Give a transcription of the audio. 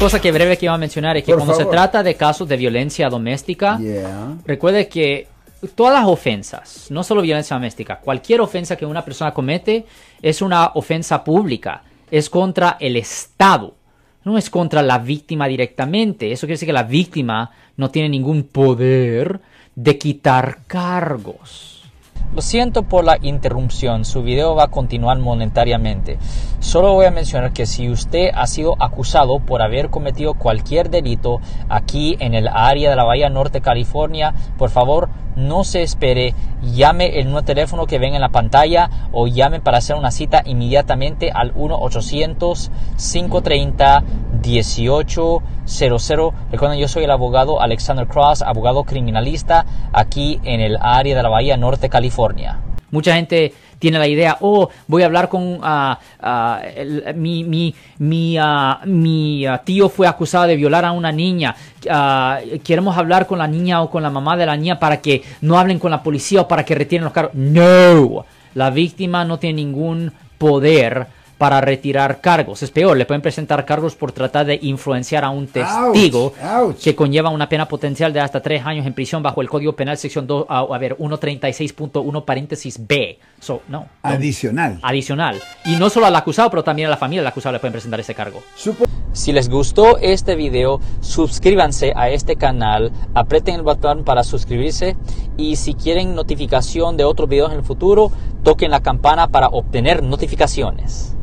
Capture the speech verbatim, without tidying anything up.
cosa que breve que iba a mencionar es que Por cuando favor. se trata de casos de violencia doméstica, Yeah. recuerde que todas las ofensas, no solo violencia doméstica, cualquier ofensa que una persona comete es una ofensa pública, es contra el Estado, no es contra la víctima directamente. Eso quiere decir que la víctima no tiene ningún poder de quitar cargos. Lo siento por la interrupción, su video va a continuar momentáneamente. Solo voy a mencionar que si usted ha sido acusado por haber cometido cualquier delito aquí en el área de la Bahía Norte, California, por favor no se espere, llame el nuevo teléfono que ven en la pantalla o llame para hacer una cita inmediatamente al uno ochocientos, cinco treinta, dieciocho cero cero. Recuerden, yo soy el abogado Alexander Cross, abogado criminalista aquí en el área de la Bahía Norte, California. Mucha gente tiene la idea, oh, voy a hablar con uh, uh, el, mi, mi, mi, uh, mi uh, tío fue acusado de violar a una niña. Uh, queremos hablar con la niña o con la mamá de la niña para que no hablen con la policía o para que retiren los cargos. No, la víctima no tiene ningún poder para retirar cargos. Es peor, le pueden presentar cargos por tratar de influenciar a un testigo, Ouch, ouch. que conlleva una pena potencial de hasta tres años en prisión bajo el Código Penal, sección dos, a, a ver, ciento treinta y seis punto uno paréntesis B. So, no, no. Adicional. Adicional. Y no solo al acusado, pero también a la familia del acusado le pueden presentar ese cargo. Supo- Si les gustó este video, suscríbanse a este canal, aprieten el botón para suscribirse y si quieren notificación de otros videos en el futuro, toquen la campana para obtener notificaciones.